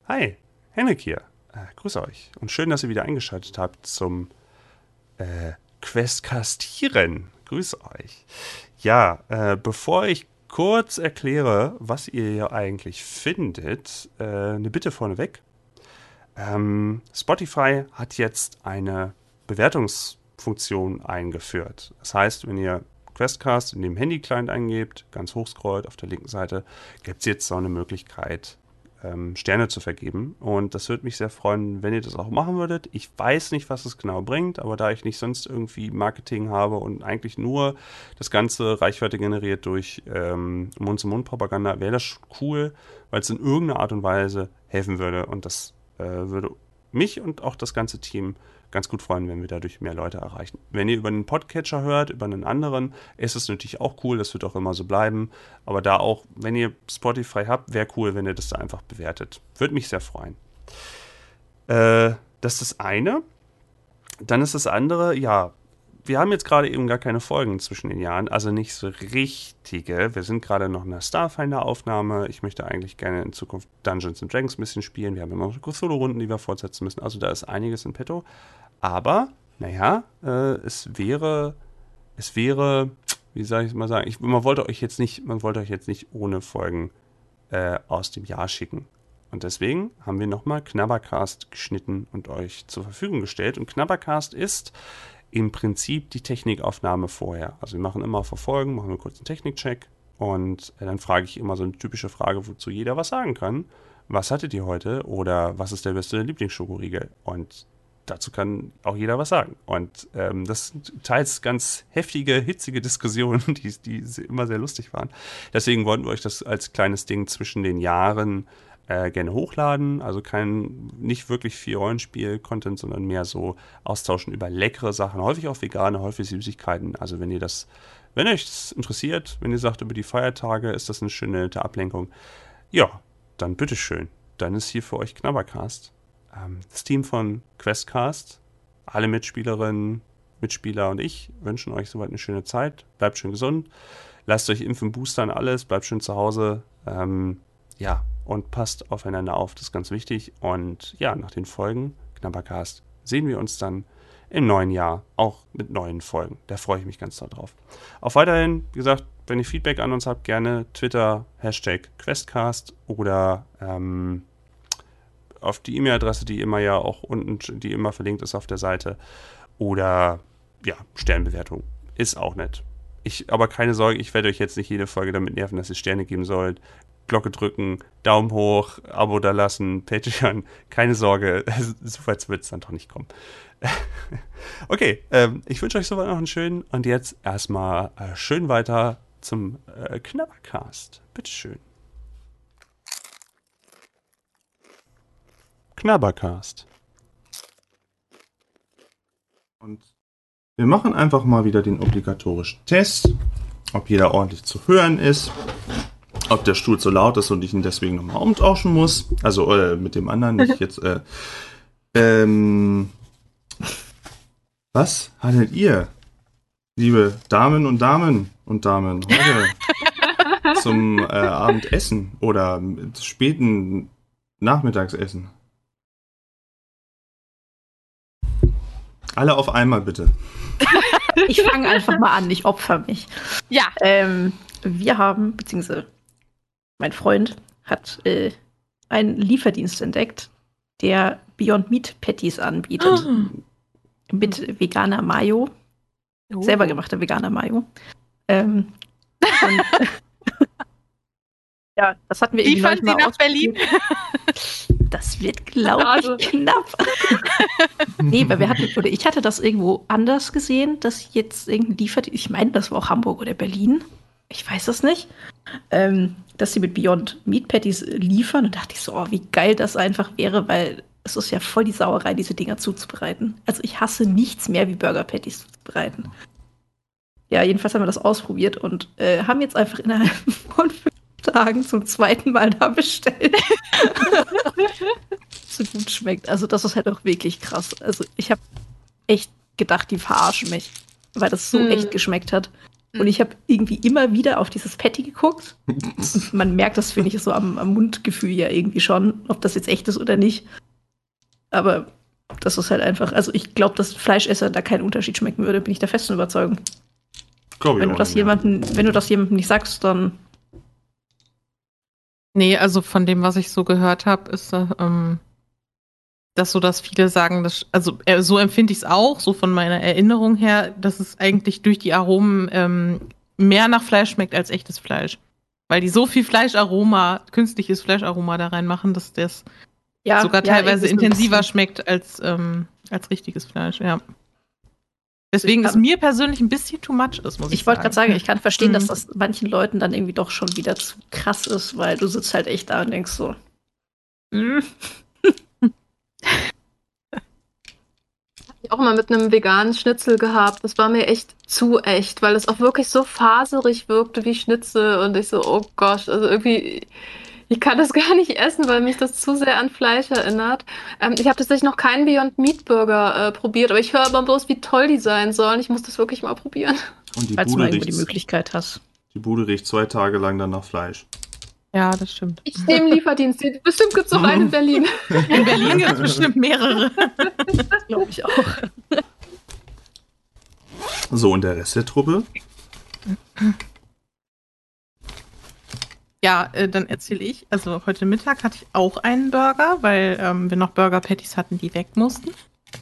Hi, Henrik hier. Grüße euch. Und schön, dass ihr wieder eingeschaltet habt zum Questcastieren. Grüße euch. Ja, bevor ich kurz erkläre, was ihr hier eigentlich findet, eine Bitte vorneweg. Spotify hat jetzt eine Bewertungsfunktion eingeführt. Das heißt, wenn ihr Questcast in dem Handy-Client eingebt, ganz hoch scrollt auf der linken Seite, gibt es jetzt so eine Möglichkeit, Sterne zu vergeben. Und das würde mich sehr freuen, wenn ihr das auch machen würdet. Ich weiß nicht, was es genau bringt, aber da ich nicht sonst irgendwie Marketing habe und eigentlich nur das Ganze Reichweite generiert durch Mund-zu-Mund-Propaganda, wäre das cool, weil es in irgendeiner Art und Weise helfen würde. Und das würde mich und auch das ganze Team ganz gut freuen, wenn wir dadurch mehr Leute erreichen. Wenn ihr über einen Podcatcher hört, über einen anderen, ist es natürlich auch cool, das wird auch immer so bleiben. Aber da auch, wenn ihr Spotify habt, wäre cool, wenn ihr das da einfach bewertet. Würde mich sehr freuen. Das ist das eine. Dann ist das andere, ja, wir haben jetzt gerade eben gar keine Folgen zwischen den Jahren, also nicht so richtige. Wir sind gerade noch in der Starfinder-Aufnahme. Ich möchte eigentlich gerne in Zukunft Dungeons and Dragons ein bisschen spielen. Wir haben immer noch Cthulhu-Runden, die wir fortsetzen müssen. Also da ist einiges in petto. Aber, naja, es wäre, wie soll ich mal sagen, man wollte euch jetzt nicht ohne Folgen aus dem Jahr schicken. Und deswegen haben wir nochmal Knabbercast geschnitten und euch zur Verfügung gestellt. Und Knabbercast ist im Prinzip die Technikaufnahme vorher. Also wir machen immer vor Folgen, machen wir kurz einen Technikcheck und dann frage ich immer so eine typische Frage, wozu jeder was sagen kann. Was hattet ihr heute? Oder was ist der beste Lieblingsschokoriegel? Und dazu kann auch jeder was sagen. Und das sind teils ganz heftige, hitzige Diskussionen, die immer sehr lustig waren. Deswegen wollten wir euch das als kleines Ding zwischen den Jahren gerne hochladen. Also nicht wirklich viel Rollenspiel-Content, sondern mehr so austauschen über leckere Sachen. Häufig auch vegane, häufig Süßigkeiten. Also wenn euch das interessiert, wenn ihr sagt, über die Feiertage ist das eine schöne nette Ablenkung, ja, dann bitteschön. Dann ist hier für euch Knabbercast. Das Team von Questcast, alle Mitspielerinnen, Mitspieler und ich wünschen euch soweit eine schöne Zeit. Bleibt schön gesund. Lasst euch impfen, boostern, alles. Bleibt schön zu Hause. Ja, und passt aufeinander auf, das ist ganz wichtig. Und ja, nach den Folgen Knabbercast sehen wir uns dann im neuen Jahr, auch mit neuen Folgen. Da freue ich mich ganz doll drauf. Auch weiterhin, wie gesagt, wenn ihr Feedback an uns habt, gerne Twitter, #Questcast oder auf die E-Mail-Adresse, die immer ja auch unten, die immer verlinkt ist auf der Seite. Oder ja, Sternbewertung. Ist auch nett. Aber keine Sorge, ich werde euch jetzt nicht jede Folge damit nerven, dass ihr Sterne geben sollt. Glocke drücken, Daumen hoch, Abo da lassen, Patreon. Keine Sorge, so weit wird es dann doch nicht kommen. Okay, ich wünsche euch soweit noch einen schönen und jetzt erstmal schön weiter zum Knabbercast. Bitteschön. Knabbercast. Und wir machen einfach mal wieder den obligatorischen Test, ob jeder ordentlich zu hören ist. Ob der Stuhl so laut ist und ich ihn deswegen nochmal umtauschen muss. Also mit dem anderen, nicht jetzt. Was hattet ihr, liebe Damen und Damen heute zum Abendessen oder späten Nachmittagsessen? Alle auf einmal bitte. Ich fange einfach mal an, ich opfer mich. Ja. Wir haben, beziehungsweise mein Freund hat einen Lieferdienst entdeckt, der Beyond Meat Patties anbietet. Mit veganer Mayo. Selber gemachter veganer Mayo. Ja, das hatten wir Liefern Sie nach Berlin? Das wird, glaube ich, knapp. Nee, weil ich hatte das irgendwo anders gesehen, dass jetzt irgendwie liefert. Ich meine, das war auch Hamburg oder Berlin. Ich weiß es nicht. Dass sie mit Beyond Meat Patties liefern. Und dachte ich so, wie geil das einfach wäre, weil es ist ja voll die Sauerei, diese Dinger zuzubereiten. Also ich hasse nichts mehr, wie Burger Patties zuzubereiten. Ja, jedenfalls haben wir das ausprobiert und haben jetzt einfach innerhalb von 5 Tagen zum zweiten Mal da bestellt. So gut schmeckt. Also das ist halt auch wirklich krass. Also ich habe echt gedacht, die verarschen mich, weil das so echt geschmeckt hat. Und ich habe irgendwie immer wieder auf dieses Patty geguckt. Und man merkt das, finde ich, so am Mundgefühl ja irgendwie schon, ob das jetzt echt ist oder nicht. Aber das ist halt einfach, also ich glaube, dass Fleischesser da keinen Unterschied schmecken würde, bin ich der festen Überzeugung. Wenn du das jemandem nicht sagst, dann. Nee, also von dem, was ich so gehört habe, ist dass so, dass viele sagen, so empfinde ich es auch, so von meiner Erinnerung her, dass es eigentlich durch die Aromen mehr nach Fleisch schmeckt als echtes Fleisch. Weil die so viel Fleischaroma, künstliches Fleischaroma da reinmachen, dass das sogar teilweise intensiver schmeckt als richtiges Fleisch, ja. Deswegen es mir persönlich ein bisschen too much ist, muss ich sagen. Ich wollte gerade sagen, ich kann verstehen, dass das manchen Leuten dann irgendwie doch schon wieder zu krass ist, weil du sitzt halt echt da und denkst so, Ich auch mal mit einem veganen Schnitzel gehabt. Das war mir echt zu echt, weil es auch wirklich so faserig wirkte wie Schnitzel und ich so, oh Gott, also irgendwie, ich kann das gar nicht essen, weil mich das zu sehr an Fleisch erinnert. Ich habe tatsächlich noch keinen Beyond Meat Burger probiert, aber ich höre aber bloß, wie toll die sein sollen. Ich muss das wirklich mal probieren. Und falls du mal irgendwo die Möglichkeit hast. Die Bude riecht 2 Tage lang dann nach Fleisch. Ja, das stimmt. Ich nehme Lieferdienst. Bestimmt gibt es noch einen in Berlin. In Berlin gibt es bestimmt mehrere. Das glaube ich auch. So, und der Rest der Truppe? Ja, dann erzähle ich. Also heute Mittag hatte ich auch einen Burger, weil wir noch Burger Patties hatten, die weg mussten.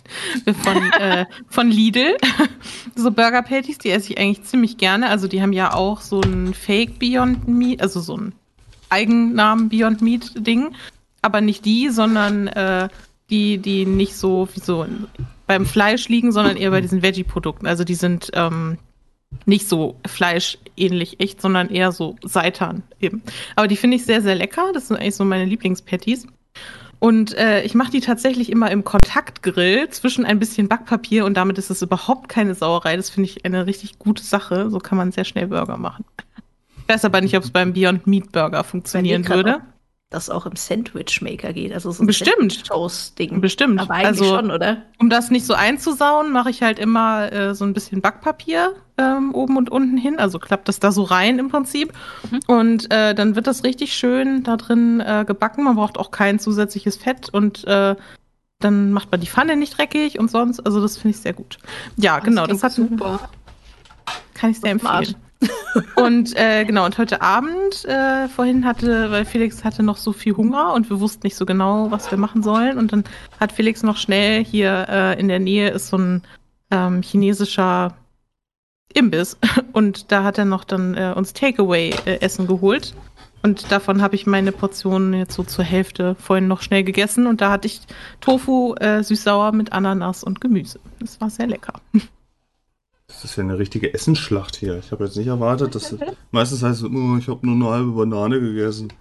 Von Lidl. So Burger Patties, die esse ich eigentlich ziemlich gerne. Also die haben ja auch so ein Fake Beyond Meat, also so ein Eigennamen Beyond Meat Ding. Aber nicht die, sondern die nicht so wie so beim Fleisch liegen, sondern eher bei diesen Veggie-Produkten. Also die sind nicht so fleischähnlich echt, sondern eher so Seitan eben. Aber die finde ich sehr, sehr lecker. Das sind eigentlich so meine Lieblingspatties. Und ich mache die tatsächlich immer im Kontaktgrill zwischen ein bisschen Backpapier und damit ist es überhaupt keine Sauerei. Das finde ich eine richtig gute Sache. So kann man sehr schnell Burger machen. Ich weiß aber nicht, ob es beim Beyond Meat Burger funktionieren würde. Das auch im Sandwich Maker geht. Also so ein Bestimmt. Toast-Ding. Bestimmt. Aber eigentlich also, schon, oder? Um das nicht so einzusauen, mache ich halt immer so ein bisschen Backpapier oben und unten hin. Also klappt das da so rein im Prinzip. Und dann wird das richtig schön da drin gebacken. Man braucht auch kein zusätzliches Fett und dann macht man die Pfanne nicht dreckig und sonst. Also das finde ich sehr gut. Ja, genau. Das hat super. Kann ich sehr empfehlen. Und genau, und heute Abend, vorhin weil Felix hatte noch so viel Hunger und wir wussten nicht so genau, was wir machen sollen. Und dann hat Felix noch schnell hier in der Nähe ist so ein chinesischer Imbiss. Und da hat er noch dann uns Takeaway-Essen geholt. Und davon habe ich meine Portion jetzt so zur Hälfte vorhin noch schnell gegessen. Und da hatte ich Tofu süß-sauer mit Ananas und Gemüse. Das war sehr lecker. Das ist ja eine richtige Essensschlacht hier. Ich habe jetzt nicht erwartet, dass meistens heißt es, oh, ich habe nur eine halbe Banane gegessen.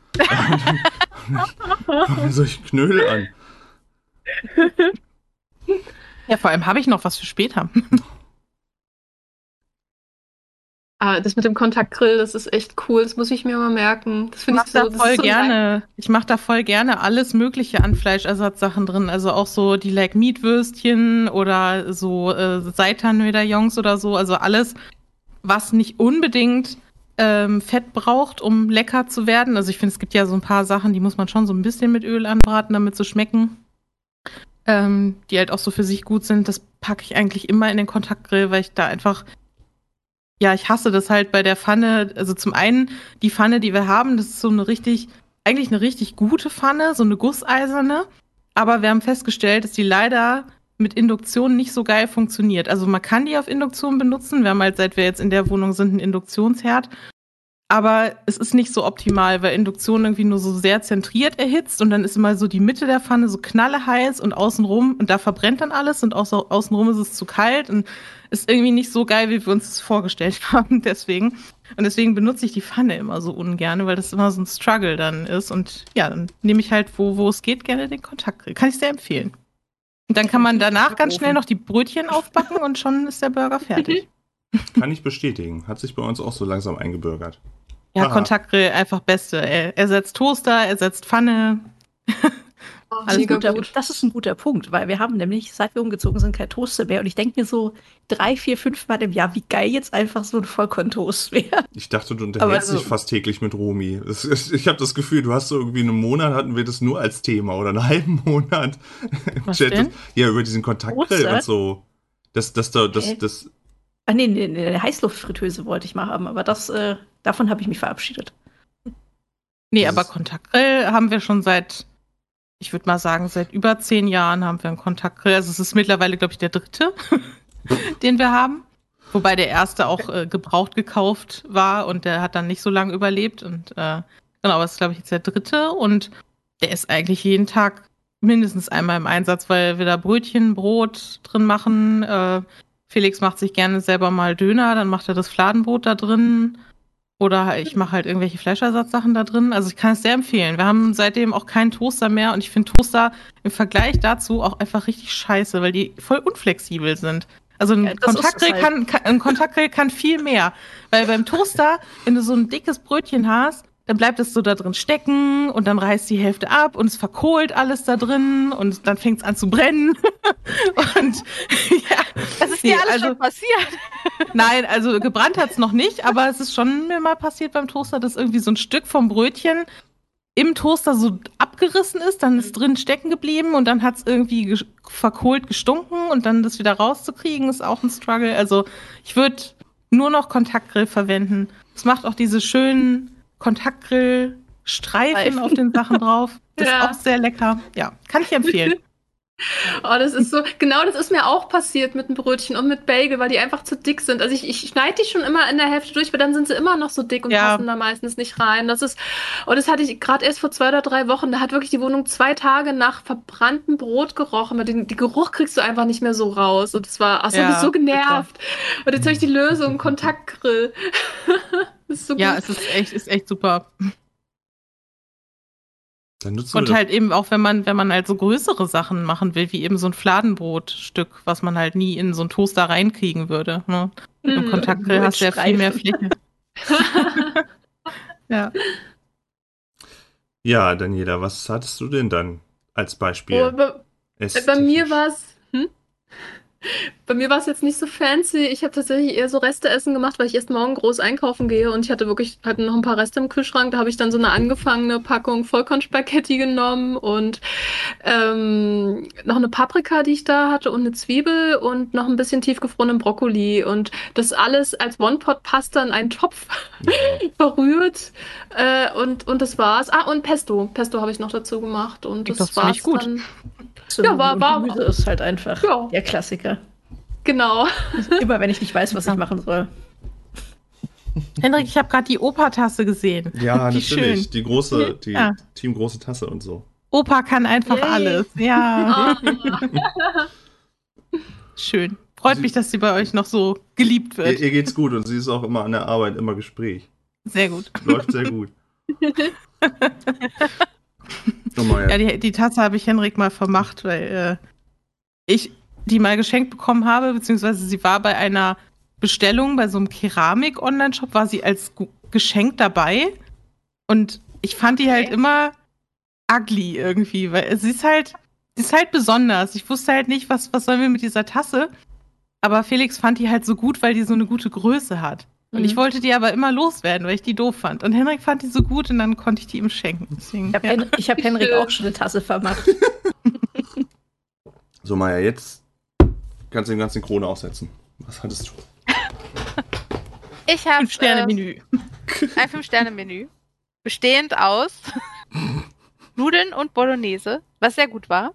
Solche Knödel an. Ja, vor allem habe ich noch was für später. Das mit dem Kontaktgrill, das ist echt cool. Das muss ich mir mal merken. Das finde ich so voll gerne. Ich mache da voll gerne alles Mögliche an Fleischersatzsachen drin. Also auch so die Like Meat Würstchen oder so Seitan-Medaillons oder so. Also alles, was nicht unbedingt Fett braucht, um lecker zu werden. Also ich finde, es gibt ja so ein paar Sachen, die muss man schon so ein bisschen mit Öl anbraten, damit sie schmecken. Die halt auch so für sich gut sind. Das packe ich eigentlich immer in den Kontaktgrill, weil ich da einfach ich hasse das halt bei der Pfanne. Also zum einen, die Pfanne, die wir haben, das ist so eigentlich eine richtig gute Pfanne, so eine gusseiserne. Aber wir haben festgestellt, dass die leider mit Induktion nicht so geil funktioniert. Also man kann die auf Induktion benutzen. Wir haben halt, seit wir jetzt in der Wohnung sind, einen Induktionsherd. Aber es ist nicht so optimal, weil Induktion irgendwie nur so sehr zentriert erhitzt und dann ist immer so die Mitte der Pfanne so knalleheiß und außenrum und da verbrennt dann alles und außenrum ist es zu kalt und ist irgendwie nicht so geil, wie wir uns das vorgestellt haben. Deswegen benutze ich die Pfanne immer so ungern, weil das immer so ein Struggle dann ist. Und ja, dann nehme ich halt, wo es geht, gerne den Kontaktgrill. Kann ich sehr empfehlen. Und dann kann man danach ganz schnell noch die Brötchen aufbacken und schon ist der Burger fertig. Kann ich bestätigen. Hat sich bei uns auch so langsam eingebürgert. Ja, Kontaktgrill, einfach Beste. Er ersetzt Toaster, ersetzt Pfanne. Mega gut. Das ist ein guter Punkt, weil wir haben nämlich, seit wir umgezogen sind, kein Toaster mehr. Und ich denke mir so 3, 4, 5 Mal im Jahr, wie geil jetzt einfach so ein Vollkorntoast wäre. Ich dachte, du unterhältst dich fast täglich mit Romy. Ich habe das Gefühl, du hast so irgendwie einen Monat, hatten wir das nur als Thema oder einen halben Monat. Was denn? Ja, über diesen Kontaktgrill und so. Das. Ah, nee, eine Heißluftfritteuse wollte ich mal haben, aber davon habe ich mich verabschiedet. Nee, aber Kontaktgrill haben wir schon ich würde mal sagen, seit über 10 Jahren haben wir einen Kontaktgrill. Also es ist mittlerweile, glaube ich, der 3., den wir haben. Wobei der erste auch gebraucht gekauft war und der hat dann nicht so lange überlebt. Und genau, aber es ist, glaube ich, jetzt der 3. und der ist eigentlich jeden Tag mindestens einmal im Einsatz, weil wir da Brötchen, Brot drin machen. Felix macht sich gerne selber mal Döner, dann macht er das Fladenbrot da drin. Oder ich mache halt irgendwelche Fleischersatzsachen da drin. Also ich kann es sehr empfehlen. Wir haben seitdem auch keinen Toaster mehr und ich finde Toaster im Vergleich dazu auch einfach richtig scheiße, weil die voll unflexibel sind. Also ein Kontaktgrill kann viel mehr. Weil beim Toaster, wenn du so ein dickes Brötchen hast, dann bleibt es so da drin stecken und dann reißt die Hälfte ab und es verkohlt alles da drin und dann fängt es an zu brennen. Und ja, das ist dir alles schon passiert. Nein, also gebrannt hat es noch nicht, aber es ist schon mir mal passiert beim Toaster, dass irgendwie so ein Stück vom Brötchen im Toaster so abgerissen ist, dann ist drin stecken geblieben und dann hat es irgendwie verkohlt gestunken und dann das wieder rauszukriegen, ist auch ein Struggle. Also ich würde nur noch Kontaktgrill verwenden. Es macht auch diese schönen Kontaktgrill-Streifen auf den Sachen drauf. Das ist auch sehr lecker. Ja, kann ich empfehlen. Oh, das ist so, genau, das ist mir auch passiert mit dem Brötchen und mit Bagel, weil die einfach zu dick sind. Also ich schneide die schon immer in der Hälfte durch, weil dann sind sie immer noch so dick und passen da meistens nicht rein. Das hatte ich gerade erst vor 2 oder 3 Wochen, da hat wirklich die Wohnung 2 Tage nach verbranntem Brot gerochen, weil den Geruch kriegst du einfach nicht mehr so raus. Und das war, ich so genervt. Bitter. Und jetzt habe ich die Lösung, Kontaktgrill. Das ist so gut. Ja, es ist echt super. Und halt eben auch, wenn man halt so größere Sachen machen will, wie eben so ein Fladenbrotstück, was man halt nie in so einen Toaster reinkriegen würde. Ne? Im Kontaktgrill hast du ja viel mehr Fläche. Ja. Ja, Daniela, was hattest du denn dann als Beispiel? Bei mir war es Bei mir war es jetzt nicht so fancy. Ich habe tatsächlich eher so Resteessen gemacht, weil ich erst morgen groß einkaufen gehe und ich hatte noch ein paar Reste im Kühlschrank. Da habe ich dann so eine angefangene Packung Vollkornspaghetti genommen und noch eine Paprika, die ich da hatte und eine Zwiebel und noch ein bisschen tiefgefrorenen Brokkoli und das alles als One-Pot-Pasta in einen Topf verrührt und das war's. Und Pesto. Pesto habe ich noch dazu gemacht und das war's gut. Dann. So war Gemüse ist halt einfach der Klassiker. Genau. Immer wenn ich nicht weiß, was ich machen soll. Henrik, ich habe gerade die Opa-Tasse gesehen. Ja, wie natürlich. Schön. Die Team große Tasse und so. Opa kann einfach alles. Ja. Schön. Freut mich, dass sie bei euch noch so geliebt wird. Ihr geht's gut und sie ist auch immer an der Arbeit, immer Gespräch. Sehr gut. Läuft sehr gut. Ja, die Tasse habe ich Henrik mal vermacht, weil ich die mal geschenkt bekommen habe, beziehungsweise sie war bei einer Bestellung bei so einem Keramik-Online-Shop, war sie als Geschenk dabei und ich fand die halt immer ugly irgendwie, weil sie ist halt besonders. Ich wusste halt nicht, was sollen wir mit dieser Tasse, aber Felix fand die halt so gut, weil die so eine gute Größe hat. Und ich wollte die aber immer loswerden, weil ich die doof fand. Und Henrik fand die so gut und dann konnte ich die ihm schenken. Deswegen, ich hab Henrik auch schon eine Tasse vermacht. So, Maja, jetzt kannst du den ganzen Krone aufsetzen. Was hattest du? Ich habe 5-Sterne-Menü. Ein 5-Sterne-Menü. Bestehend aus Nudeln und Bolognese, was sehr gut war.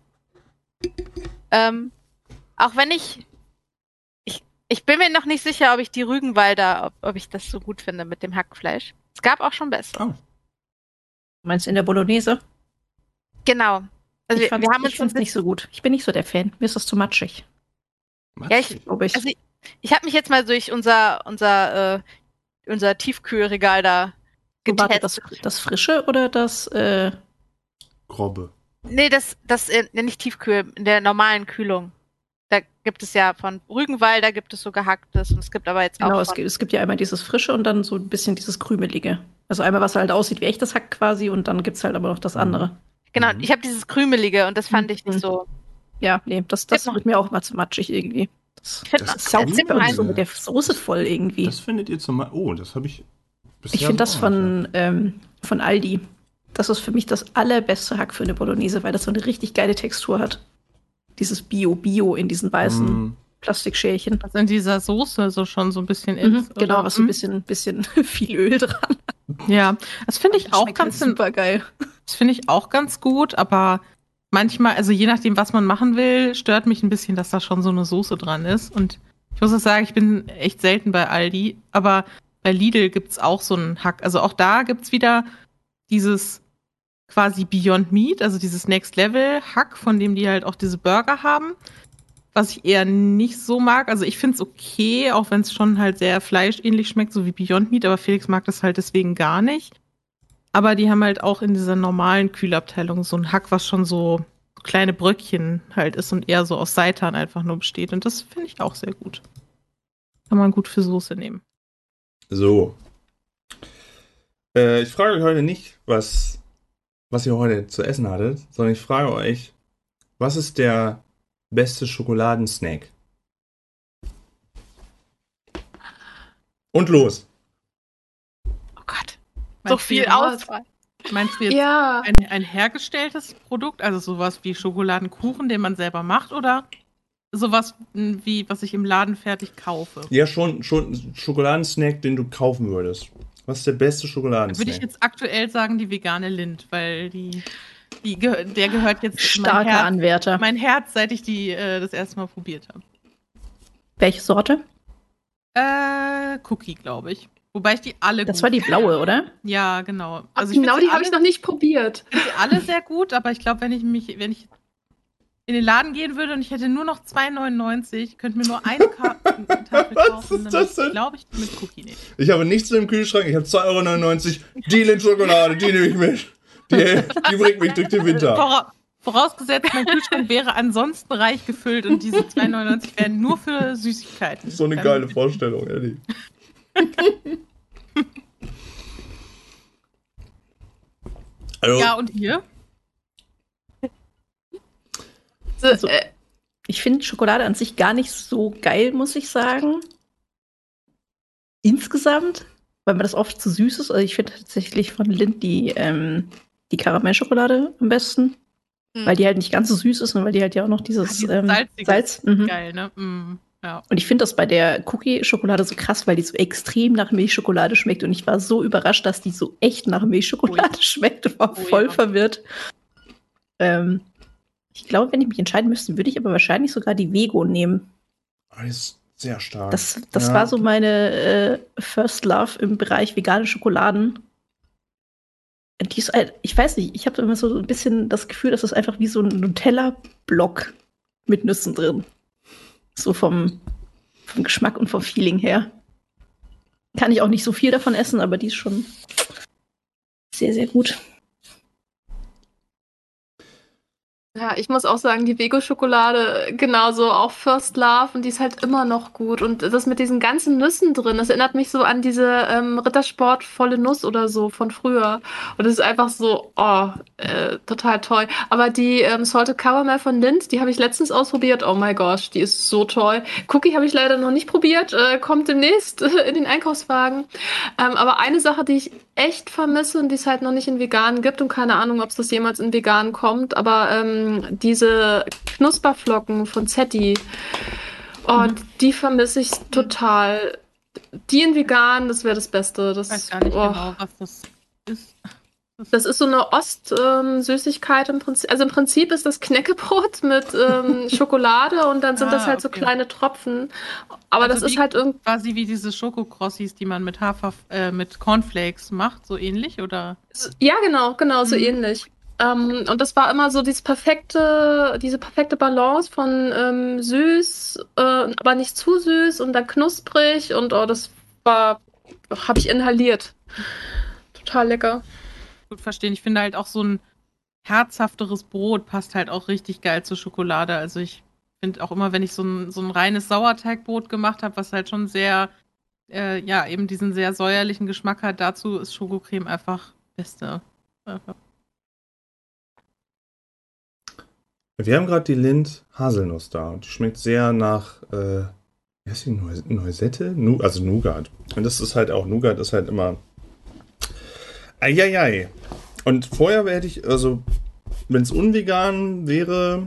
Auch wenn ich bin mir noch nicht sicher, ob ich die Rügenwalder, ob ich das so gut finde mit dem Hackfleisch. Es gab auch schon besser. Oh. Meinst du in der Bolognese? Genau. Also ich fand's nicht so gut. Ich bin nicht so der Fan. Mir ist das zu matschig. Ja, ich habe mich jetzt mal durch unser Tiefkühlregal da getestet. Das Frische oder das Grobe? Nee, das nicht Tiefkühl, in der normalen Kühlung. Da gibt es ja von Rügenwalder gibt es so gehacktes und es gibt aber jetzt auch. Genau, es gibt ja einmal dieses Frische und dann so ein bisschen dieses Krümelige. Also einmal, was halt aussieht wie echtes Hack quasi und dann gibt es halt aber noch das andere. Genau, ich habe dieses Krümelige und das fand ich nicht Mhm. so. Ja, nee, das wird mir auch mal zu matschig irgendwie. Ich finde, Das saugt kennt bei uns ihr? so mit der Soße voll irgendwie. Das findet ihr zum Oh, das habe ich bisher Ich finde so das auch nicht, von Aldi. Das ist für mich das allerbeste Hack für eine Bolognese, weil das so eine richtig geile Textur hat. Dieses Bio in diesen weißen Plastikschälchen. Was in dieser Soße so schon so ein bisschen Mhm, ist. genau, oder? was so ein bisschen viel Öl dran. Ja, das finde ich Das auch schmeckt halt super geil. Das finde ich auch ganz gut, aber manchmal, also je nachdem, was man machen will, stört mich ein bisschen, dass da schon so eine Soße dran ist. Und ich muss auch sagen, ich bin echt selten bei Aldi, aber bei Lidl gibt's auch so einen Hack. Also auch da gibt's wieder dieses quasi Beyond Meat, also dieses Next Level Hack, von dem die halt auch diese Burger haben, was ich eher nicht so mag. Also ich finde es okay, auch wenn es schon halt sehr fleischähnlich schmeckt, so wie Beyond Meat, aber Felix mag das halt deswegen gar nicht. Aber die haben halt auch in dieser normalen Kühlabteilung so ein Hack, was schon so kleine Bröckchen halt ist und eher so aus Seitan einfach nur besteht. Und das finde ich auch sehr gut. Kann man gut für Soße nehmen. So. Ich frage euch heute nicht, was ihr heute zu essen hattet, sondern ich frage euch, was ist der beste Schokoladensnack? Und los. Oh Gott, so Meinst du viel jetzt- Auswahl. Meinst du jetzt Ja, ein hergestelltes Produkt, also sowas wie Schokoladenkuchen, den man selber macht, oder sowas wie, was ich im Laden fertig kaufe? Ja, schon Schokoladensnack, den du kaufen würdest. Was ist der beste Würde ich Schokoladensnack? jetzt aktuell sagen, die vegane Lind, weil der gehört jetzt Starker Anwärter. mein Herz, seit ich die das erste Mal probiert habe. Welche Sorte? Cookie, glaube ich. Wobei ich die alle Das gut war die blaue, oder? Ja, genau. also Also ich genau find die habe ich alle- noch nicht probiert. finde sie alle sehr gut, aber ich glaube, wenn ich in den Laden gehen würde und ich hätte nur noch 2,99, könnte mir nur eine Tafel Was kaufen, ist das denn? glaube ich, mit Cookie nehmen. Ich habe nichts im Kühlschrank, ich habe 2,99 €. Die Lindt-Schokolade, die nehme ich mit. Die bringt mich durch den Winter. Vorausgesetzt, mein Kühlschrank wäre ansonsten reich gefüllt und diese 2,99 wären nur für Süßigkeiten. So eine Dann- geile Vorstellung, ehrlich. Also, Ja, und hier? Also, Ich finde Schokolade an sich gar nicht so geil, muss ich sagen. Insgesamt, weil mir das oft zu süß ist. Also ich finde tatsächlich von Lindt die Karamellschokolade am besten. Mhm. Weil die halt nicht ganz so süß ist und weil die halt ja auch noch dieses salzige Salz. Geil, ne? Ja. Und ich finde das bei der Cookie-Schokolade so krass, weil die so extrem nach Milchschokolade schmeckt. Und ich war so überrascht, dass die so echt nach Milchschokolade schmeckt und war Oh voll ja. verwirrt. Ich glaube, wenn ich mich entscheiden müsste, würde ich aber wahrscheinlich sogar die Vego nehmen. die ist sehr stark. Das Ja. war so meine First Love im Bereich vegane Schokoladen. Die ist halt, ich weiß nicht, ich habe immer so ein bisschen das Gefühl, dass das einfach wie so ein Nutella-Block mit Nüssen drin. So vom Geschmack und vom Feeling her. Kann ich auch nicht so viel davon essen, aber die ist schon sehr, sehr gut. ja, ich muss auch sagen, die Vego-Schokolade genauso, auch First Love, und die ist halt immer noch gut. Und das mit diesen ganzen Nüssen drin, das erinnert mich so an diese Rittersport volle Nuss oder so von früher. Und es ist einfach so, total toll. Aber die Salted Caramel von Lindt, die habe ich letztens ausprobiert. Oh my gosh, die ist so toll. Cookie habe ich leider noch nicht probiert, kommt demnächst in den Einkaufswagen. Aber eine Sache, die ich echt vermisse und die es halt noch nicht in vegan gibt und keine Ahnung, ob es das jemals in vegan kommt, aber diese Knusperflocken von Zetti, die vermisse ich total. Die in vegan, das wäre das Beste. Ich weiß gar nicht genau, was das ist. Das ist so eine Ost-Süßigkeit im Prinzip. Also im Prinzip ist das Knäckebrot mit Schokolade und dann sind das halt so okay. kleine Tropfen. Aber Also das ist wie- halt irgendwie. Quasi wie diese Schokokrossis, die man mit mit Cornflakes macht, so ähnlich, oder? Ja, genau, so ähnlich. Und das war immer so diese perfekte Balance von süß, aber nicht zu süß und dann knusprig und das habe ich inhaliert. Total lecker. Gut verstehen. Ich finde halt auch so ein herzhafteres Brot passt halt auch richtig geil zur Schokolade. Also ich finde auch immer, wenn ich so ein reines Sauerteigbrot gemacht habe, was halt schon sehr, eben diesen sehr säuerlichen Geschmack hat, dazu ist Schokocreme einfach beste. Einfach. Wir haben gerade die Lind-Haselnuss da und die schmeckt sehr nach, wie heißt die, Noisette? Also Nougat. Und das ist halt auch, Nougat ist halt immer, eieiei. Und vorher hätte ich, also, wenn es unvegan wäre,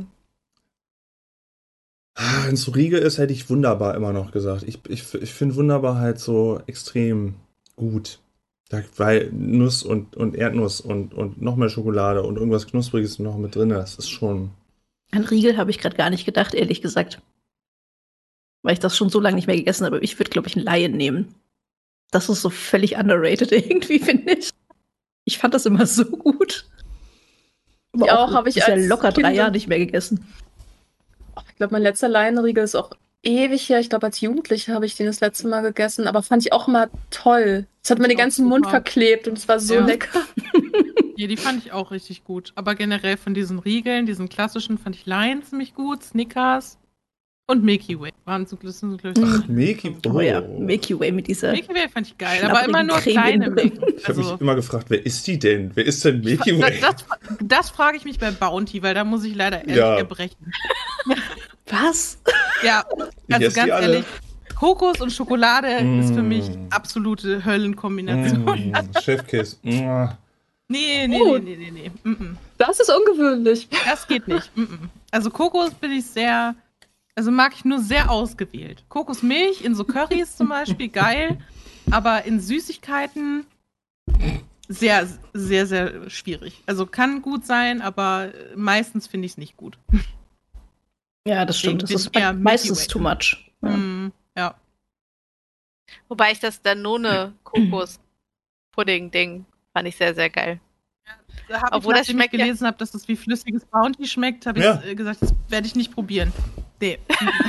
wenn es so Riegel ist, hätte ich wunderbar immer noch gesagt. Ich finde wunderbar halt so extrem gut. Weil Nuss und Erdnuss und noch mehr Schokolade und irgendwas Knuspriges noch mit drin, das ist schon... An Riegel habe ich gerade gar nicht gedacht, ehrlich gesagt. Weil ich das schon so lange nicht mehr gegessen habe. Ich würde, glaube ich, einen Lion nehmen. Das ist so völlig underrated irgendwie, finde ich. Ich fand das immer so gut. Aber Die auch habe ich bisher als locker 3 Kind- Jahre nicht mehr gegessen. Ich glaube, mein letzter Laienriegel ist auch ewig her. Ich glaube, als Jugendliche habe ich den das letzte Mal gegessen, aber fand ich auch immer toll. Es hat mir den Auch ganzen Mund super. verklebt und es war so Ja. lecker. Ja, die fand ich auch richtig gut. Aber generell von diesen Riegeln, diesen klassischen, fand ich Lion ziemlich gut, Snickers und Milky Way. Das sind so, glaub ich, Ach, Milky Oh ja, Milky Way mit dieser. Milky Way fand ich geil, aber immer nur Creme kleine innen drin. Mengen. Ich habe Also, mich immer gefragt, wer ist die denn? Wer ist denn Milky Way? das frage ich mich bei Bounty, weil da muss ich leider ehrlich Ja. erbrechen. Was? Ja, Ich also esse ganz die alle. ehrlich, Kokos und Schokolade ist für mich Mm. absolute Höllenkombination. Chefkiss. Nee. Das ist ungewöhnlich. Das geht nicht. Also Kokos bin ich mag ich nur sehr ausgewählt. Kokosmilch in so Currys zum Beispiel, geil. Aber in Süßigkeiten sehr, sehr, sehr schwierig. Also kann gut sein, aber meistens finde ich es nicht gut. Ja, das stimmt. Das Deswegen ist bin ich eher Milky meistens Way. too much. Ja. Ja. Wobei ich das Danone-Kokos-Pudding-Ding fand ich sehr, sehr geil. Da hab Obwohl ich, das nachdem ich schmeckt ja- gelesen habe, dass das wie flüssiges Bounty schmeckt, habe Ja. ich gesagt, das werde ich nicht probieren. Nee.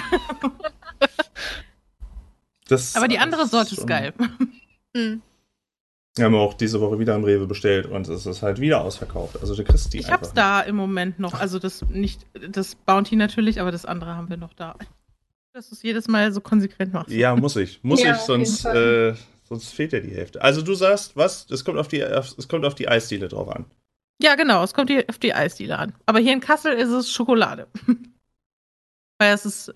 Aber die andere Sorte ist geil. Hm. Wir haben auch diese Woche wieder im Rewe bestellt und es ist halt wieder ausverkauft. Also du kriegst die Ich einfach hab's da im Moment noch. Also das Bounty natürlich, aber das andere haben wir noch da. Dass du es jedes Mal so konsequent machst. nicht. Ja, muss ich. Ja, auf Sonst, jeden sonst fehlt ja die Hälfte. Also du sagst, was? Es kommt auf die Eisdiele drauf an. Ja, genau, es kommt auf die Eisdiele an. Aber hier in Kassel ist es Schokolade. Weil es ist.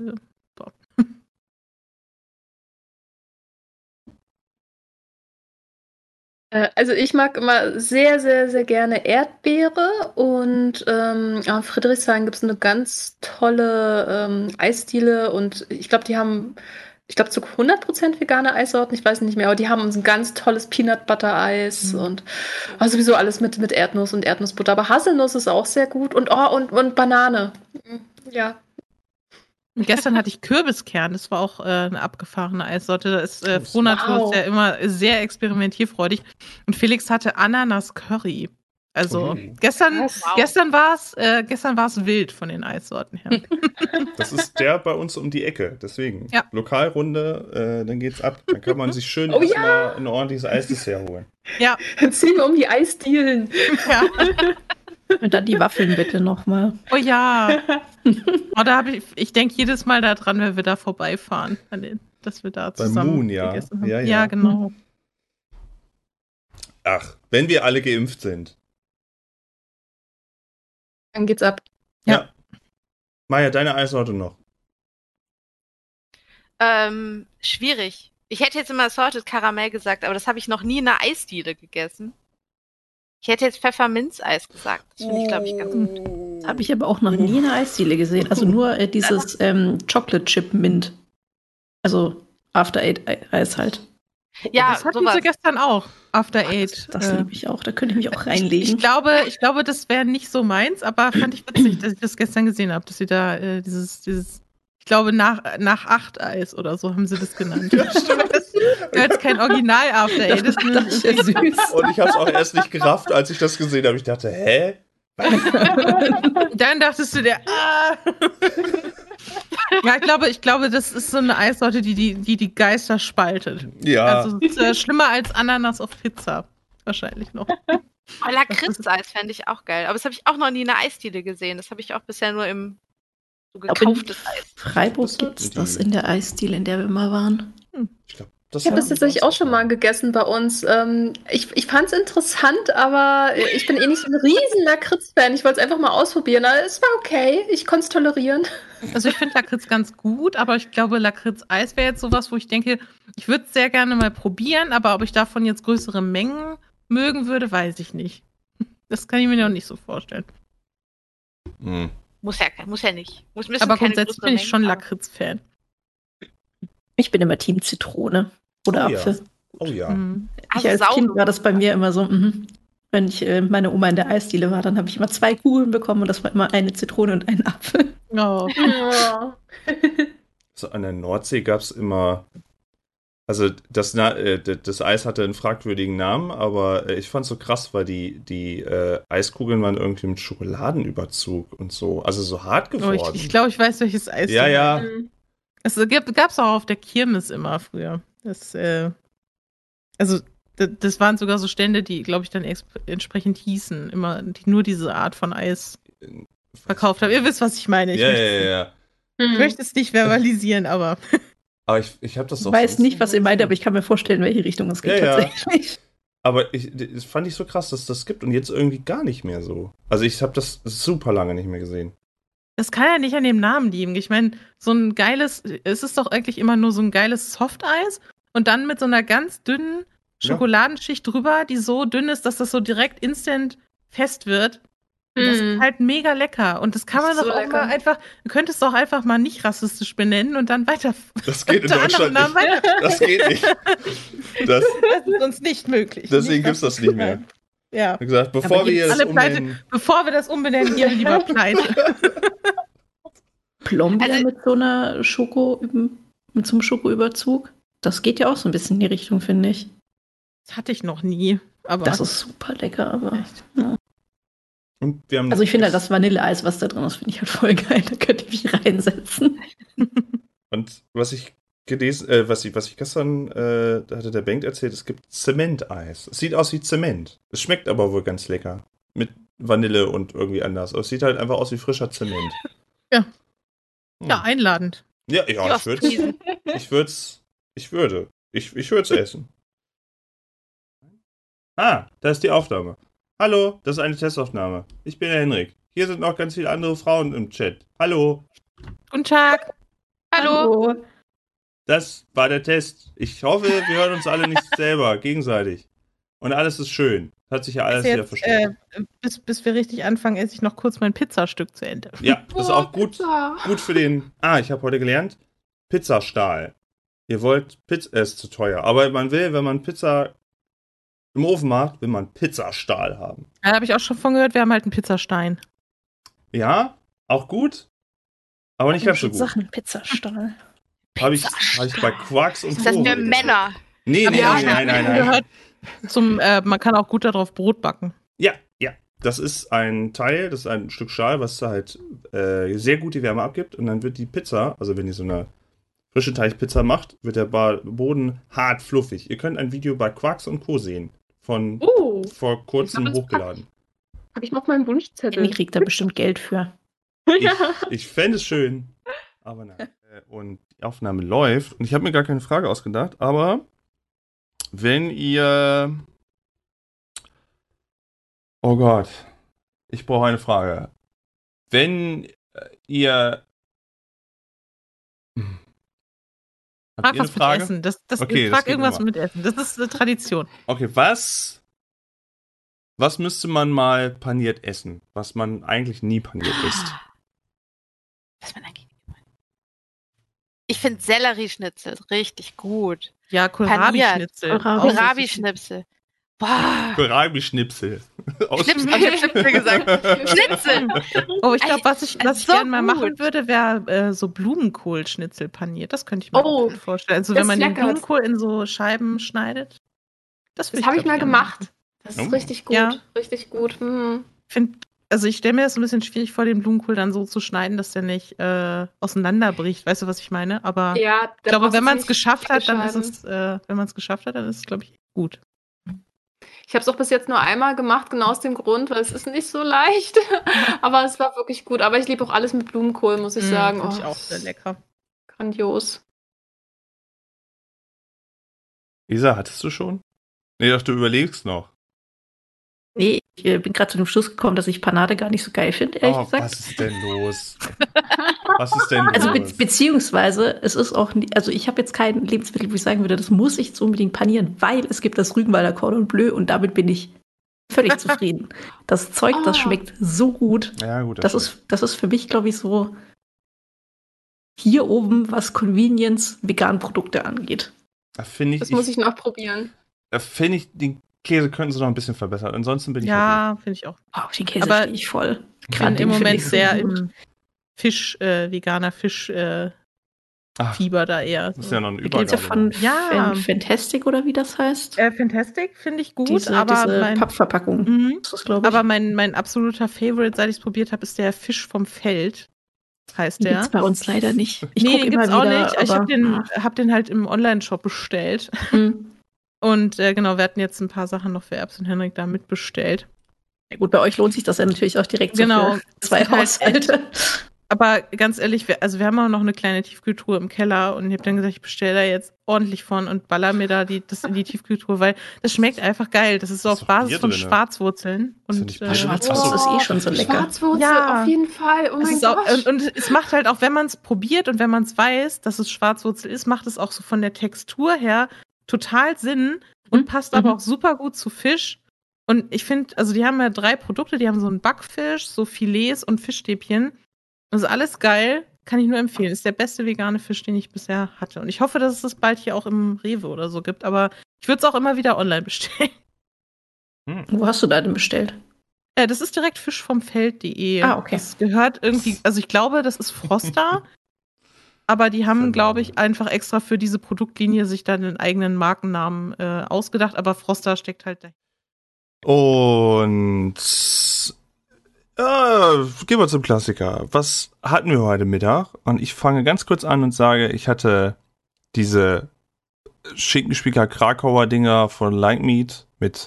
Also ich mag immer sehr, sehr, sehr gerne Erdbeere und in Friedrichshain gibt es eine ganz tolle Eisdiele und ich glaube, die haben, zu 100% vegane Eissorten, ich weiß nicht mehr, aber die haben ein ganz tolles Peanut Butter Eis und sowieso alles mit Erdnuss und Erdnussbutter. Aber Haselnuss ist auch sehr gut und Banane. Ja. Und gestern hatte ich Kürbiskern, das war auch eine abgefahrene Eissorte. Da ist Frohnatur Wow. ist ja immer sehr experimentierfreudig. Und Felix hatte Ananas Curry. Also gestern war es wild von den Eissorten her. Das ist der bei uns um die Ecke. Deswegen. Ja. Lokalrunde, dann geht's ab. Dann kann man sich schön Oh ja. erstmal ein ordentliches Eisdessert holen. Ja, Dann ziehen wir um die Eisdielen. ja. Und dann die Waffeln bitte nochmal. Oh ja. Oh, ich denke jedes Mal daran, wenn wir da vorbeifahren, dass wir da zusammen Moon, ja. gegessen haben. Ja, ja. Ja, genau. Ach, wenn wir alle geimpft sind. Dann geht's ab. Ja. Maja, deine Eissorte noch. Schwierig. Ich hätte jetzt immer Salted Karamell gesagt, aber das habe ich noch nie in einer Eisdiele gegessen. Ich hätte jetzt Pfefferminzeis gesagt. Das finde ich, glaube ich, ganz gut. Habe ich aber auch noch nie in einer Eisdiele gesehen. Also nur dieses Chocolate Chip Mint. Also After Eight Eis halt. Ja, Das hatten sowas. sie gestern auch. After Eight. Das liebe ich auch. Da könnte ich mich auch Ich reinlegen. glaube, das wäre nicht so meins, aber fand ich witzig, dass ich das gestern gesehen habe, dass sie da dieses, ich glaube, nach 8 Eis oder so haben sie das genannt. Das ist jetzt kein Original After Eight. Das ist ja süß. Und ich habe es auch erst nicht gerafft, als ich das gesehen habe. Ich dachte, hä? Dann dachtest du dir, Ja, ich glaube, das ist so eine Eissorte, die Geister spaltet. Ja. Also es ist schlimmer als Ananas auf Pizza. Wahrscheinlich noch. Lakritz-Eis fände ich auch geil. Aber das habe ich auch noch nie in einer Eisdiele gesehen. Das habe ich auch bisher nur im so Aber gekauftes Eis. Freiburg gibt es das in der Eisdiele, in der wir mal waren. Ich glaube, Ich habe das tatsächlich auch schon mal gegessen bei uns. Ich fand es interessant, aber ich bin nicht so ein riesen Lakritz-Fan. Ich wollte es einfach mal ausprobieren. Aber es war okay. Ich konnte es tolerieren. Also ich finde Lakritz ganz gut, aber ich glaube, Lakritz-Eis wäre jetzt sowas, wo ich denke, ich würde es sehr gerne mal probieren, aber ob ich davon jetzt größere Mengen mögen würde, weiß ich nicht. Das kann ich mir noch nicht so vorstellen. Muss ja nicht. Aber grundsätzlich bin ich schon Lakritz-Fan. Ich bin immer Team Zitrone oder Apfel. Oh ja. Ich als Kind war das bei mir immer so, wenn ich meine Oma in der Eisdiele war, dann habe ich immer 2 Kugeln bekommen und das war immer eine Zitrone und ein Apfel. Oh. So an der Nordsee gab es immer, also das Eis hatte einen fragwürdigen Namen, aber ich fand es so krass, weil die Eiskugeln waren irgendwie mit Schokoladenüberzug und so, also so hart geworden. Ich glaube, ich weiß, welches Eis Ja, ja. Es gab es auch auf der Kirmes immer früher. Das waren sogar so Stände, die, glaube ich, dann entsprechend hießen, immer, die nur diese Art von Eis verkauft haben. Ihr wisst, was ich meine. Ich möchte es nicht verbalisieren, aber. Aber ich habe das Ich weiß nicht, was ihr meint, aber ich kann mir vorstellen, in welche Richtung es geht tatsächlich. Aber das fand ich so krass, dass das gibt und jetzt irgendwie gar nicht mehr so. Also ich habe das super lange nicht mehr gesehen. Das kann ja nicht an dem Namen liegen. Ich meine, es ist doch eigentlich immer nur so ein geiles Softeis und dann mit so einer ganz dünnen Schokoladenschicht drüber, die so dünn ist, dass das so direkt instant fest wird. Und das ist halt mega lecker. Und das kann man doch auch mal einfach, du könntest es doch einfach mal nicht rassistisch benennen und dann weiter. Das geht in Deutschland nicht. Das geht nicht. Das ist uns nicht möglich. Deswegen gibt es das nicht mehr. Ja. Wie gesagt, bevor wir das umbenennen, gehen wir lieber pleite. Plombeer mit so einer mit so einem Schokoüberzug, das geht ja auch so ein bisschen in die Richtung, finde ich. Das hatte ich noch nie. Aber das ist super lecker, aber echt. Ja. Und wir haben also ich finde halt das Vanilleeis, was da drin ist, finde ich halt voll geil. Da könnte ich mich reinsetzen. Und was ich gestern, da hatte der Bengt erzählt, es gibt Zementeis. Es sieht aus wie Zement. Es schmeckt aber wohl ganz lecker. Mit Vanille und irgendwie anders. Aber es sieht halt einfach aus wie frischer Zement. Ja. Ja, einladend. Ja, ich würde es essen. Ah, da ist die Aufnahme. Hallo, das ist eine Testaufnahme. Ich bin der Henrik. Hier sind noch ganz viele andere Frauen im Chat. Hallo. Guten Tag. Hallo. Das war der Test. Ich hoffe, wir hören uns alle nicht selber, gegenseitig. Und alles ist schön. Hat sich ja alles wieder verstanden. Bis wir richtig anfangen, esse ich noch kurz mein Pizzastück zu Ende. Ja, das ist auch gut für den... ich habe heute gelernt, Pizzastahl. Ihr wollt Pizza... ist zu teuer. Aber man will, wenn man Pizza im Ofen macht, will man Pizzastahl haben. Da habe ich auch schon von gehört, wir haben halt einen Pizzastein. Ja, auch gut. Aber nicht ganz so gut. Sachen, Pizzastahl. Habe ich bei Quarks und Ist das für Männer? Nee. Gehört man kann auch gut darauf Brot backen. Ja. Das ist ein Teil, das ist ein Stück Stahl, was halt sehr gut die Wärme abgibt. Und dann wird die Pizza, also wenn ihr so eine frische Teigpizza macht, wird der Boden hart fluffig. Ihr könnt ein Video bei Quarks und Co. sehen. Von vor kurzem hochgeladen. Habe ich noch meinen Wunschzettel. Ich krieg da bestimmt Geld für. Ich fände es schön. Aber nein. Und die Aufnahme läuft. Und ich habe mir gar keine Frage ausgedacht, aber wenn ihr... Oh Gott. Ich brauche eine Frage. Wenn ihr... Frag was mit Essen. Frag irgendwas mit Essen. Das ist eine Tradition. Okay, was müsste man mal paniert essen, was man eigentlich nie paniert isst? Was man eigentlich nie paniert. Ich finde Sellerieschnitzel richtig gut. Ja, Kohlrabi-Schnitzel. Kohlrabi-Schnitzel. Boah. Kohlrabi-Schnipsel. Schnipsel gesagt. Schnitzel. Oh, ich glaube, was ich gerne mal machen würde, wäre so Blumenkohl-Schnitzel paniert. Das könnte ich mir gut vorstellen. Also wenn man den Blumenkohl in so Scheiben schneidet. Das habe ich mal gemacht. Das ist richtig gut. Ja. Richtig gut. Ich stelle mir das so ein bisschen schwierig vor, den Blumenkohl dann so zu schneiden, dass der nicht auseinanderbricht. Weißt du, was ich meine? Aber ich glaube, wenn man es geschafft hat, dann ist es, glaube ich, gut. Ich habe es auch bis jetzt nur einmal gemacht, genau aus dem Grund, weil es ist nicht so leicht. Aber es war wirklich gut. Aber ich liebe auch alles mit Blumenkohl, muss ich sagen. Finde ich auch sehr lecker. Grandios. Isa, hattest du schon? Nee, doch, du überlegst noch. Nee, ich bin gerade zu dem Schluss gekommen, dass ich Panade gar nicht so geil finde, ehrlich gesagt. Was ist denn los? Was ist denn los? Also beziehungsweise, es ist auch, also ich habe jetzt kein Lebensmittel, wo ich sagen würde, das muss ich jetzt unbedingt panieren, weil es gibt das Rügenwalder Cordon Bleu und damit bin ich völlig zufrieden. Das Zeug, das schmeckt so gut. Ja, gut. Das ist für mich, glaube ich, so hier oben, was Convenience vegan Produkte angeht. Das muss ich noch probieren. Finde ich, den Käse könnten sie noch ein bisschen verbessern. Ansonsten bin ich Ja, finde ich auch. Oh, den Käse Aber stehe ich voll. Ich bin im Moment sehr gut. im veganer Fisch-Fieber da eher. Das ist ja noch ein Da gibt es Übergang. ja von Fantastic oder wie das heißt. Fantastic finde ich gut, Diese Pappverpackung. Das ist, glaube ich. Aber mein absoluter Favorite, seit ich es probiert habe, ist der Fisch vom Feld. Heißt den der. gibt's bei uns leider nicht. Ich gucke immer wieder, auch nicht. Ich habe den halt im Online-Shop bestellt. Und genau, wir hatten jetzt ein paar Sachen noch für Erbs und Henrik da mitbestellt. Ja gut, bei euch lohnt sich das ja natürlich auch direkt so für 2 Haushalte. Aber ganz ehrlich, wir haben auch noch eine kleine Tiefkühltruhe im Keller und ich habe dann gesagt, ich bestelle da jetzt ordentlich von und baller mir da das in die Tiefkühltruhe, weil das schmeckt einfach geil. Das ist so auf Basis von Schwarzwurzeln. Und Schwarzwurzel ist eh schon so lecker. Schwarzwurzel, auf jeden Fall. Oh mein Gott. Und es macht halt auch, wenn man es probiert und wenn man es weiß, dass es Schwarzwurzel ist, macht es auch so von der Textur her total Sinn und passt aber auch super gut zu Fisch. Und ich finde, also die haben ja 3 Produkte, die haben so einen Backfisch, so Filets und Fischstäbchen. Also alles geil, kann ich nur empfehlen. Ist der beste vegane Fisch, den ich bisher hatte. Und ich hoffe, dass es das bald hier auch im Rewe oder so gibt, aber ich würde es auch immer wieder online bestellen. Wo hast du da denn bestellt? Das ist direkt fischvomfeld.de. Ah, okay. Das gehört irgendwie, also ich glaube, das ist Froster. Aber die haben, glaube ich, einfach extra für diese Produktlinie sich dann den eigenen Markennamen ausgedacht. Aber Froster steckt halt dahinter. Und gehen wir zum Klassiker. Was hatten wir heute Mittag? Und ich fange ganz kurz an und sage, ich hatte diese Schinkenspieker Krakauer Dinger von Like Meat mit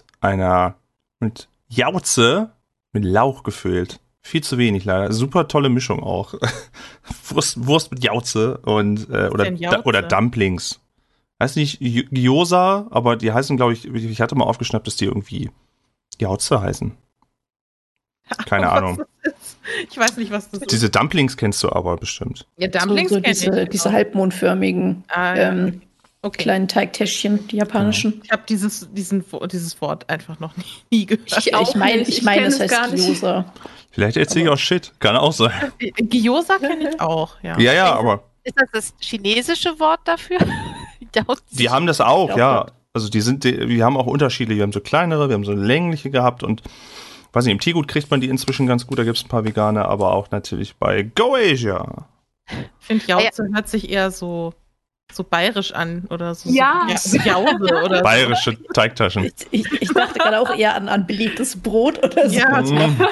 Jauze mit Lauch gefüllt. Viel zu wenig leider. Super tolle Mischung auch. Wurst mit Jauze und oder Dumplings. Heißt nicht Gyoza, aber die heißen, glaube ich hatte mal aufgeschnappt, dass die irgendwie Jauze heißen. Keine Ahnung. Ich weiß nicht, was das ist. Diese Dumplings kennst du aber bestimmt. Ja, Dumplings so diese halbmondförmigen kleinen Teigtäschchen, die japanischen. Ich habe dieses Wort einfach noch nie gehört. Ich meine, es heißt Gyoza. Vielleicht erzähle ich auch Shit. Kann auch sein. Gyoza kenne ich auch, ja. Ja, aber. Ist das chinesische Wort dafür? Die haben das auch, ja. Also wir haben auch unterschiedliche. Wir haben so kleinere, wir haben so längliche gehabt und weiß nicht, im Tiergut kriegt man die inzwischen ganz gut. Da gibt es ein paar vegane, aber auch natürlich bei GoAsia. Ich finde, Jauze hört sich eher so bayerisch an oder so. Ja. Jause oder bayerische Teigtaschen. Ich dachte gerade auch eher an belegtes Brot oder so. Ja,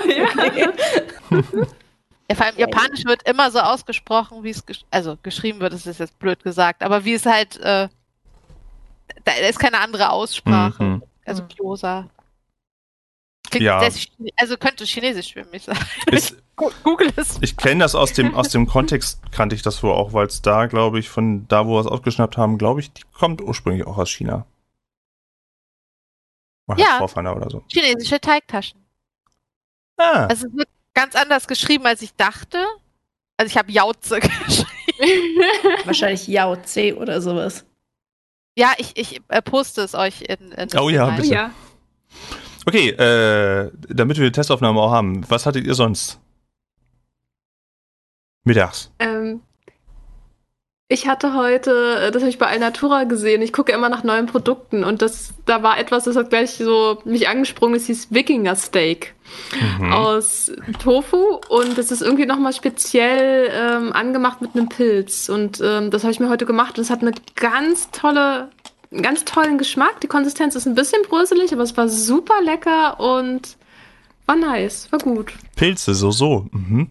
Ja, vor allem Japanisch wird immer so ausgesprochen, wie es geschrieben wird, das ist jetzt blöd gesagt, aber wie es halt, da ist keine andere Aussprache. Also Gyoza. Also könnte Chinesisch für mich sein. Google es. Ich kenne das aus dem Kontext, kannte ich das wohl auch, weil es da, glaube ich, von da, wo wir es aufgeschnappt haben, glaube ich, die kommt ursprünglich auch aus China. Ja, Vorfahren oder so. Chinesische Teigtaschen. Also es wird ganz anders geschrieben, als ich dachte. Also ich habe Jauze geschrieben. Wahrscheinlich Jauze oder sowas. Ja, ich poste es euch in oh ja, bitte. Ja. Okay, damit wir die Testaufnahme auch haben, was hattet ihr sonst? Mittags. Ich hatte heute, das habe ich bei Alnatura gesehen, ich gucke immer nach neuen Produkten und da war etwas, das hat gleich so mich angesprungen, das hieß Wikinger Steak aus Tofu und das ist irgendwie nochmal speziell angemacht mit einem Pilz und das habe ich mir heute gemacht und es hat einen ganz tollen Geschmack. Die Konsistenz ist ein bisschen bröselig, aber es war super lecker und war nice, war gut. Pilze, so.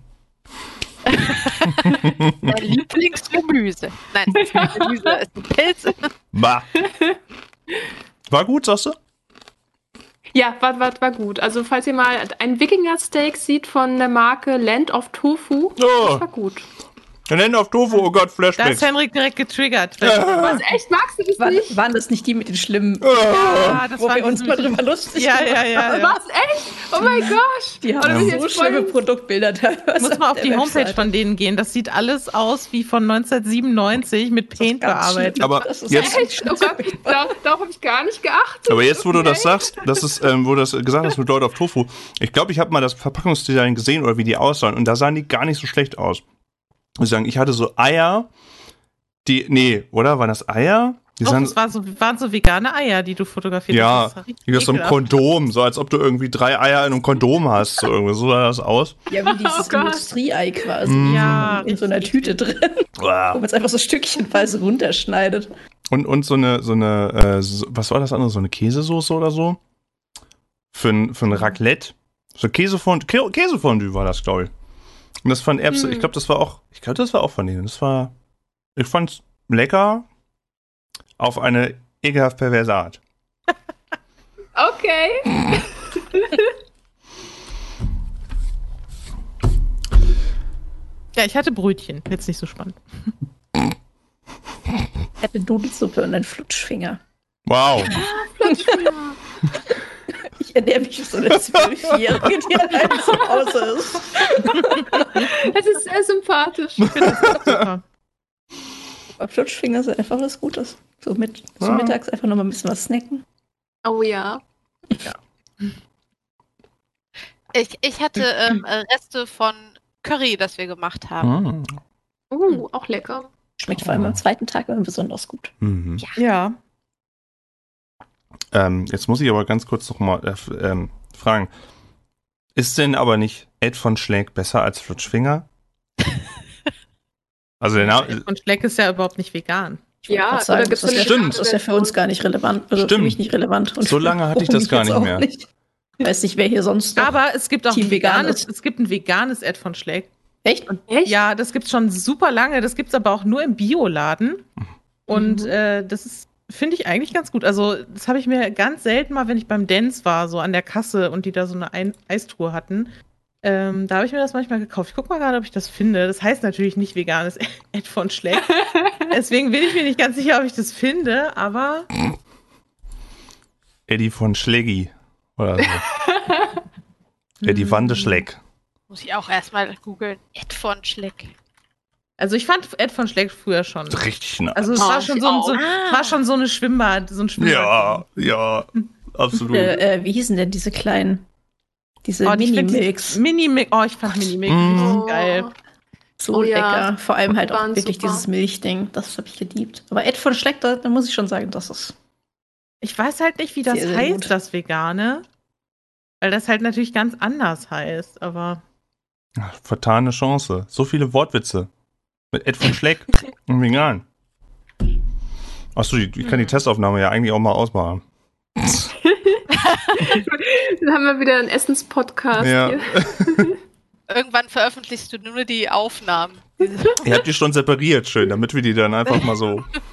Dein Lieblingsgemüse. Nein, das ist kein Gemüse, es sind Pilze. War gut, sagst du? Ja, war gut. Also falls ihr mal ein Wikinger-Steak seht von der Marke Land of Tofu, das war gut. Dann Hände auf Tofu, oh Gott, Da Flashbacks. ist Henrik direkt getriggert. Was, echt? Magst du das nicht? Waren das nicht die mit den schlimmen, Ja, das wo war wir uns mal drüber lustig gemacht haben? Was, echt? Oh mein Gott. Die Aber haben das ist so jetzt voll- schlimme Produktbilder teilweise. Muss mal auf der die Homepage Webseite. von denen gehen. Das sieht alles aus wie von 1997 mit Paint Ganz bearbeitet. schlimm. Aber Das ist jetzt- echt Oh Gott, darauf habe ich gar nicht geachtet. Aber jetzt, wo du das sagst, das ist, wo du das gesagt hast mit Lord of Tofu, ich glaube, ich habe mal das Verpackungsdesign gesehen oder wie die aussahen und da sahen die gar nicht so schlecht aus. Ich sagen, ich hatte so Eier, oder? Waren das Eier? Die Doch, sahen, das waren so vegane Eier, die du fotografiert ja, hast. Das war richtig wie aus so einem ekelhaft. Kondom, so als ob du irgendwie 3 Eier in einem Kondom hast. So, irgendwie. So sah das aus. Ja, wie dieses Oh Gott. Industrieei quasi. Ja, In so einer Tüte drin, wo man es einfach so stückchenweise runterschneidet. Und so eine, was war das andere? So eine Käsesoße oder so? Für ein Raclette. So Käsefondue war das, glaube ich. Und das von Erbse, ich glaube, das war auch von denen. Ich fand's lecker auf eine ekelhaft perverse Art. Okay. Ja, ich hatte Brötchen. Jetzt nicht so spannend. Ich hatte Nudelsuppe und einen Flutschfinger. Wow. Ich ernähre mich wie so eine 12-Jährige, die allein zu Hause ist. Es ist sehr sympathisch. Super. Aber Flutschfinger ist einfach was Gutes. So mittags einfach noch mal ein bisschen was snacken. Oh ja. Ich hatte Reste von Curry, das wir gemacht haben. Auch lecker. Schmeckt vor allem am zweiten Tag immer besonders gut. Mhm. Ja. Jetzt muss ich aber ganz kurz noch mal fragen. Ist denn aber nicht Ed von Schleck besser als Flutschfinger? Also der Name. Und Schleck ist ja überhaupt nicht vegan. Ich wollte Ja, gerade sagen, oder gibt's das ist, eine Stimmt. das ist ja für uns gar nicht relevant. Also für Stimmt. mich nicht relevant. Und So lange hatte ich für das mich gar jetzt nicht auch mehr. Ich weiß nicht, wer hier sonst noch. Aber es gibt auch Team Veganes. es gibt ein veganes Ed von Schleck. Echt? Echt? Ja, das gibt's schon super lange. Das gibt's aber auch nur im Bioladen. Und das ist, finde ich eigentlich ganz gut. Also, das habe ich mir ganz selten mal, wenn ich beim Dance war, so an der Kasse und die da so eine Eistruhe hatten. Da habe ich mir das manchmal gekauft. Ich guck mal gerade, ob ich das finde. Das heißt natürlich nicht veganes Ed von Schleck. Deswegen bin ich mir nicht ganz sicher, ob ich das finde, aber Eddie von Schleggi. Oder so. Eddie van de Schleck. Muss ich auch erstmal googeln. Ed von Schleck. also ich fand Ed von Schleck früher schon. Richtig nah. Also es Oh, war schon ich so, auch. war schon so ein Schwimmbad. Ja, absolut. Wie hießen denn diese kleinen? Diese Oh, Mini-Milks. Ich fand Mini-Milk richtig geil. So Oh ja, lecker. Vor allem halt auch waren wirklich super. dieses Milchding. Das habe ich geliebt. Aber Ed von Schleck, da muss ich schon sagen, das ist. Ich weiß halt nicht, wie das Sehr, sehr heißt, gut. das Vegane. Weil das halt natürlich ganz anders heißt, aber. Ach, vertane Chance. So viele Wortwitze. Mit Ed von Schleck und vegan. Achso, ich kann die Testaufnahme ja eigentlich auch mal ausmachen. Dann haben wir wieder einen Essenspodcast Ja. hier. Irgendwann veröffentlichst du nur die Aufnahmen. Ihr habt die schon separiert, schön, damit wir die dann einfach mal so.